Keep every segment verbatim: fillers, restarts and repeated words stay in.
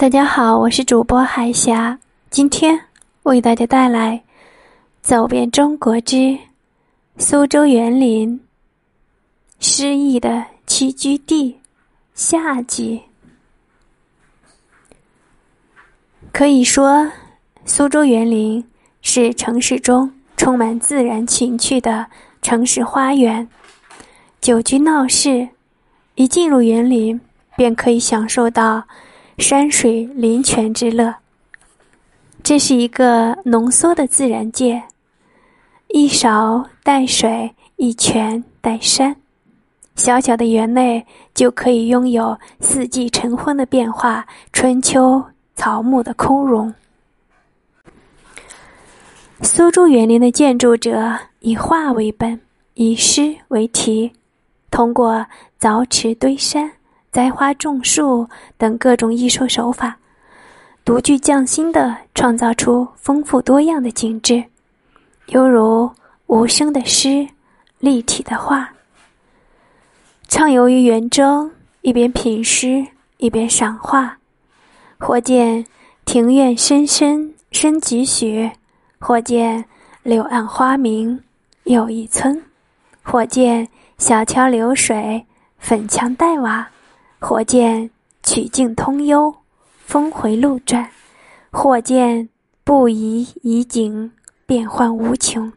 大家好，我是主播海霞，今天为大家带来走遍中国之苏州园林诗意的栖居地下集。可以说，苏州园林是城市中充满自然情趣的城市花园。久居闹市，一进入园林便可以享受到山水林泉之乐。这是一个浓缩的自然界，一勺带水，一泉带山。小小的园内就可以拥有四季晨昏的变化，春秋草木的空容。苏州园林的建筑者以画为本，以诗为题，通过凿池堆山、栽花种树等各种艺术手法，独具匠心地创造出丰富多样的景致，犹如无声的诗，立体的画。畅游于园中，一边品诗，一边赏画，或见庭院深深深几许，或见柳暗花明又一村，或见小桥流水，粉墙黛瓦，或见曲径通幽，峰回路转，或见不移移景，变幻无穷。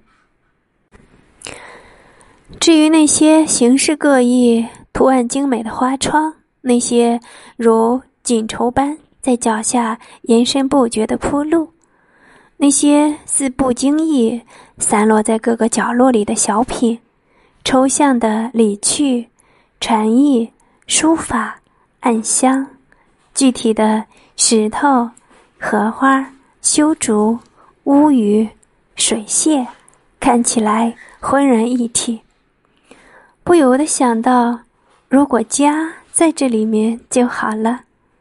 至于那些形式各异、图案精美的花窗，那些如锦绸般在脚下延伸不绝的铺路，那些似不经意散落在各个角落里的小品，抽象的理趣、禅意、书法、暗香，具体的石头、荷花、修竹、乌鱼、水榭，看起来浑然一体。不由得想到，如果家在这里面就好了。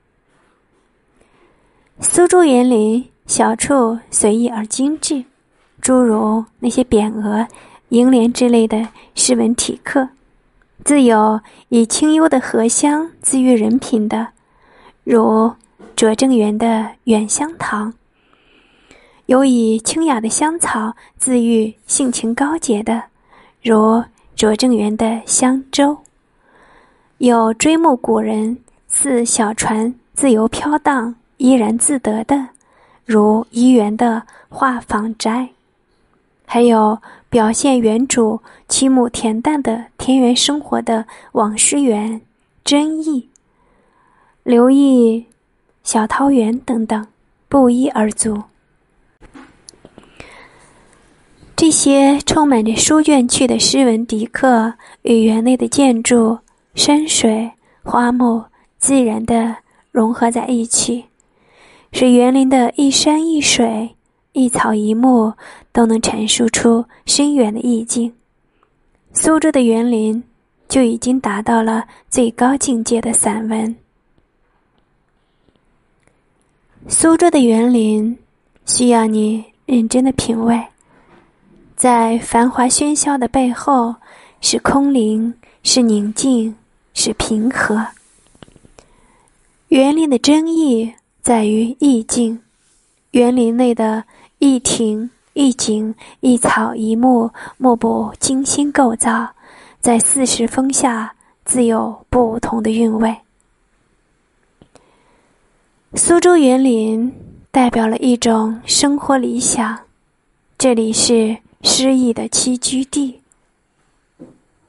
苏州园林小处随意而精致，诸如那些匾额、楹联之类的诗文体刻，自有以清幽的荷香自喻人品的，如拙政园的远香堂；有以清雅的香草自喻性情高洁的，如拙政园的香洲；有追慕古人似小船自由飘荡依然自得的，如怡园的画舫斋；还有表现园主凄暮恬淡的田园生活的往师园、真意、留意小桃园等等，不一而足。这些充满着书卷气的诗文题刻与园内的建筑、山水、花木自然地融合在一起，使园林的一山一水、一草一木都能阐述出深远的意境。苏州的园林就已经达到了最高境界的散文。苏州的园林需要你认真的品味，在繁华喧嚣的背后，是空灵，是宁静，是平和。园林的真意在于意境，园林内的一庭一景一草一木，莫不精心构造，在四时风下自有不同的韵味。苏州园林代表了一种生活理想，这里是诗意的栖居地，